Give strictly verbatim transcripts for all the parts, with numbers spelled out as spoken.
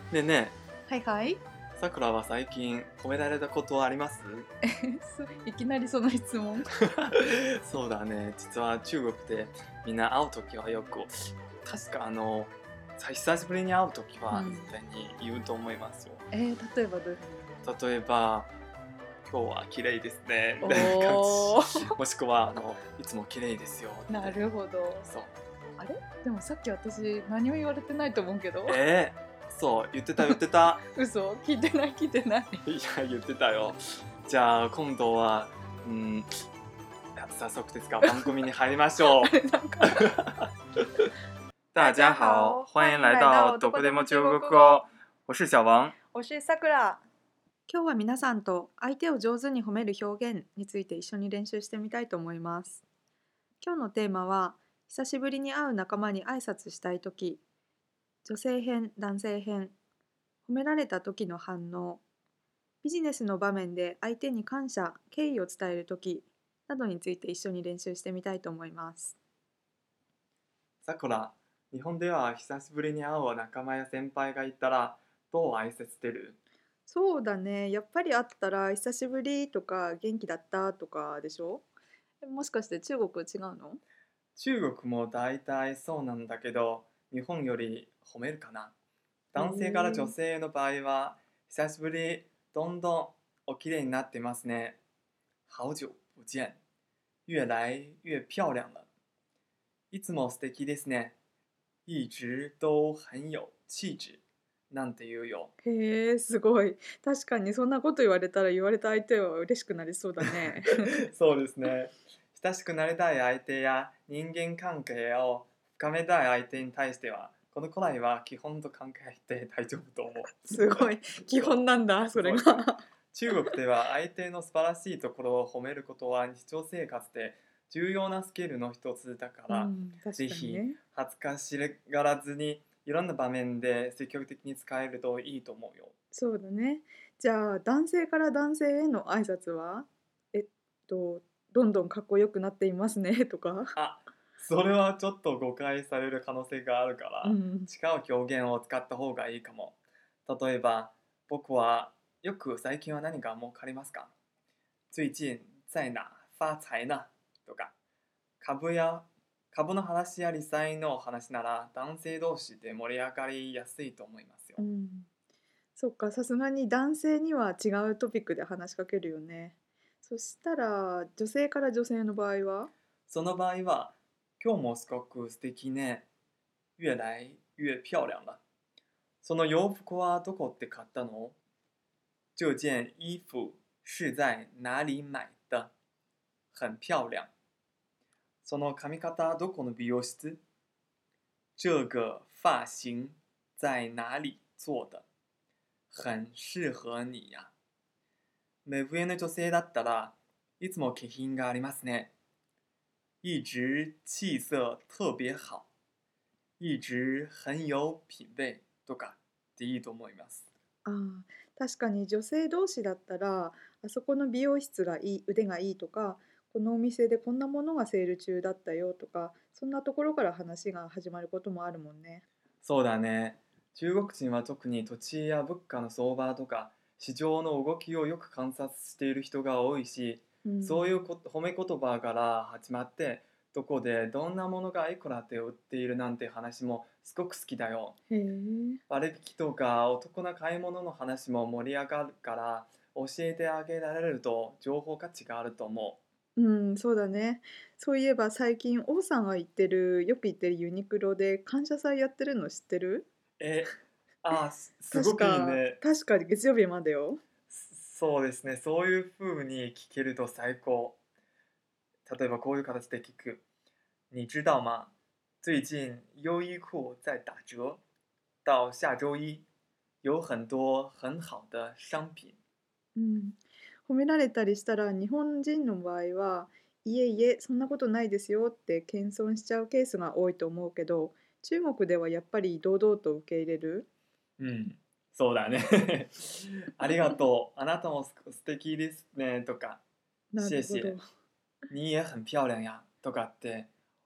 ねえねはいはい。 え、さくらは最近褒められたことはあります？ いきなりその質問。 そうだね、実は中国でみんな会うときはよく、確かあの、久しぶりに会うときは絶対に言うと思いますよ。 うん、えー、例えばどういうふうに言うの？ 例えば、今日は綺麗ですね、みたいな感おじ。もしくは、あの、いつも綺麗ですよって。 なるほど。 そう。 あれでもさっき私何も言われてないと思うけど。 えー、そう、言ってた言ってた。 嘘聞いてない聞いてない。 いや、言ってたよ。じゃあ、今度は、うん、早速ですが、番組に入りましょう。 あれなんか大家好，欢迎来到どこでも中国語。我是小王。 おしさくら。今日は皆さんと相手を上手に褒める表現について一緒に練習してみたいと思います。今日のテーマは、久しぶりに会う仲間に挨拶したいとき、女性編、男性編、褒められた時の反応、ビジネスの場面で相手に感謝、敬意を伝えるときなどについて一緒に練習してみたいと思います。 さくら、日本では久しぶりに会う仲間や先輩がいたらどう挨拶してる？ そうだね。やっぱり会ったら久しぶりとか元気だったとかでしょ？えもしかして中国違うの？ 中国も大体そうなんだけど、日本より褒めるかな。 へ男性から女え。 性の場合は、久しぶり、どんどんお綺麗になってますね。好久不見。越来越漂亮了。いつも素敵ですね。一直都很有气質。なんて言うよ。 へえ、すごい。確かにそんなこと言われたら言われた相手は嬉しくなりそうだね。 そうですね。親しくなりたい相手や人間関係を深めたい相手に対しては、このくらいは基本と考えて大丈夫と思う。 すごい。基本なんだ、それそうが。 中国では相手の素晴らしいところを褒めることは日常生活で重要なスキルの一つだかうら、 ん、確ぜひかにね。 恥ずかしがらずにいろんな場面で積極的に使えるといいと思うよ。 そうだね。じゃあ、男性から男性への挨拶は、えっと、どんどんかっこよくなっていますねとか。 あ、それはちょっと誤解される可能性があるから、 うん。 違う表現を使った方がいいかも。例えば、僕はよく最近は何か儲かりますか？最近在哪发財なとか、株や株の話や理財の話なら男性同士で盛り上がりやすいと思いますよ。 うん。そっか、さすがに男性には違うトピックで話しかけるよね。そしたら、女性から女性の場合は？ その場合は、今日もすごく素敵ね。越来越漂亮了。その洋服はどこって買ったの？这件衣服是在哪里買的？很漂亮。その髪型どこの美容室？这个发型在哪里做的？很適合你や。目上の女性だったらいつも気品がありますね。一直气色特別好。一直很有品味とかっていいと思います。 ああ、確かに女性同士だったら、あそこの美容室がいい、腕がいいとか、このお店でこんなものがセール中だったよとか、そんなところから話が始まることもあるもんね。 そうだね。中国人は特に土地や物価の相場とか市場の動きをよく観察している人が多いし、 うん、 そういうこ褒め言葉から始まって、どこでどんなものがいくらで売っているなんて話もすごく好きだよ。 へえ。 割引とかお得な買い物の話も盛り上がるから教えてあげられると情報価値があると思うん、そうだね。そういえば最近王さんが行ってる、よく行ってるユニクロで感謝祭やってるの知ってる？ う。え、あー、すすごくいい確か、 ね。 確か月曜日までよ。 そうですね。そういう風に聞けると最高。例えばこういう形で聞く。你知道吗？最近优衣库在打折，到下周一有很多很好的商品。 うん。褒められたりしたら、日本人の場合は、いえいえ、そんなことないですよって謙遜しちゃうケースが多いと思うけど、中国ではやっぱり堂々と受け入れる？ うん、そうだね。ありがとう。あなたもす素敵ですねとか、 なるほど。 谢谢。你也很漂亮やとかって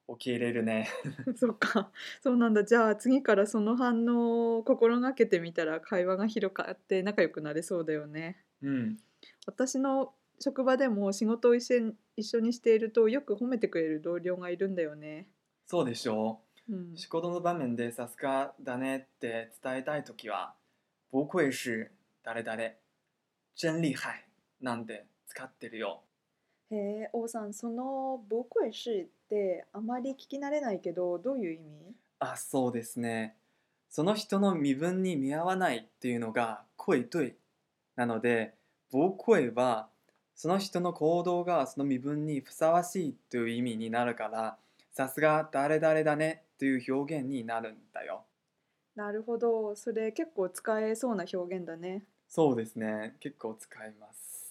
受け入れるね。 そっか、そうなんだ。じゃあ次からその反応を心がけてみたら会話が広がって仲良くなれそうだよね。 うん。 私の職場でも仕事を一緒に一緒にしているとよく褒めてくれる同僚がいるんだよね。 そうでしょう。 うん、 仕事の場面でさすがだねって伝えたいときは、不愧是誰々、真厉害なんて使ってるよ。 へえ、王さん、その「不愧是」ってあまり聞き慣れないけど、どういう意味？ あ、そうですね。その人の身分に見合わないっていうのが愧对なので、不愧はその人の行動がその身分にふさわしいという意味になるから、さすが誰々だねという表現になるんだよ。 なるほど、それ結構使えそうな表現だね。 そうですね。結構使います。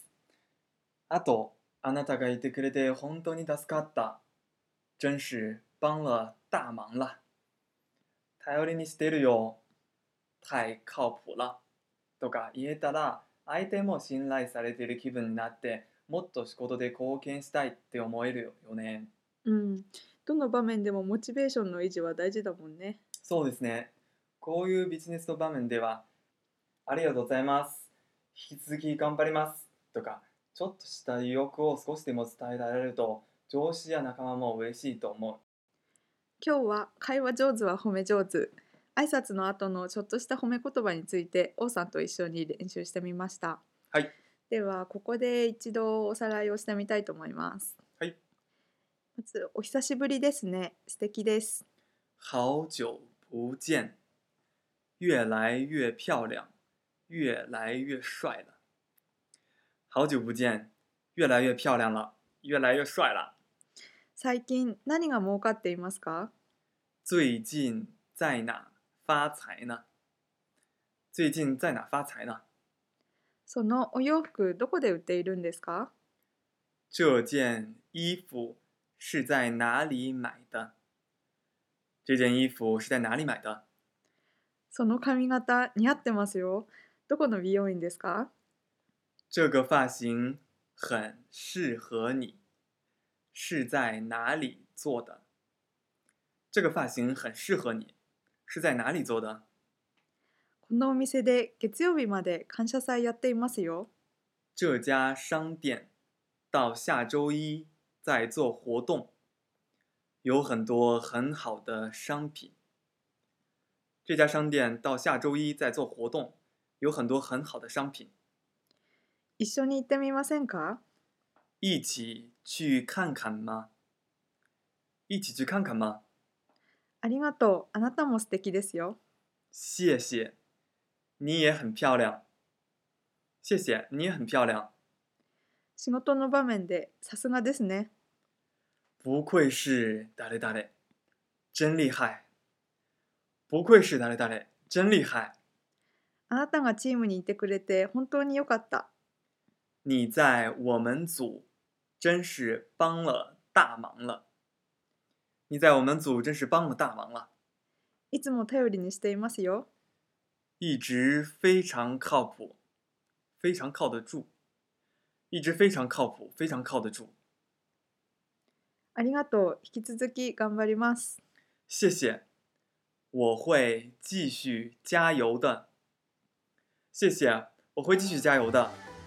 あと、あなたがいてくれて本当に助かった。真是帮了大忙了。頼りにしてるよ。太靠谱了。とか言えたら、相手も信頼されている気分になって、もっと仕事で貢献したいって思えるよね。 うん。どの場面でもモチベーションの維持は大事だもんね。 そうですね。こういうビジネスの場面では、ありがとうございます。引き続き頑張ります。とか、ちょっとした意欲を少しでも伝えられると、上司や仲間も嬉しいと思う。 今日は会話上手は褒め上手。挨拶の後のちょっとした褒め言葉について王さんと一緒に練習してみました。 はい。 ではここで一度おさらいをしてみたいと思います。 はい。 まずお久しぶりですね。素敵です。 好久不见。越来越漂亮。越来越帅了。好久不见。越来越漂亮了。越来越帅了。 最近何が儲かっていますか？ 最近在哪发财呢？最近在哪发财呢？ そのお洋服どこで売っているんですか？ 这件衣服是在哪里买的？这件衣服是在哪里买的？ その髪型似合ってますよ。どこの美容院ですか？ 这个发型很适合你。是在哪里做的？这个发型很适合你。是在哪里做的？ このお店で月曜日まで感謝祭やっていますよ。 这家商店到下周一在做活动，有很多很好的商品。这家商店到下周一在做活动，有很多很好的商品。 一緒に行ってみませんか？ 一起去看看吗？一起去看看吗？ ありがとう。あなたも素敵ですよ。 谢谢，你也很漂亮。谢谢，你也很漂亮。 仕事の場面でさすがですね。 不愧是誰々，真厉害。不愧是誰々，真厉害。 あなたがチームにいてくれて本当によかった。 你在我们组真是帮了大忙了。你在我们组真是帮了大忙了。 いつも頼りにしていますよ。 一直非常靠谱，非常靠得住。一直非常靠谱，非常靠得住。 ありがとう。引き続き頑張ります。 谢谢，我会继续加油的。谢谢，我会继续加油的。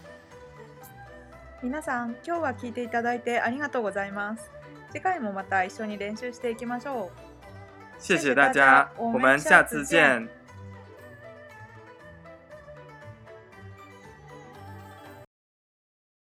皆さん、今日は聞いていただいてありがとうございます。次回もまた一緒に練習していきましょう。 谢谢大家，我们下次见。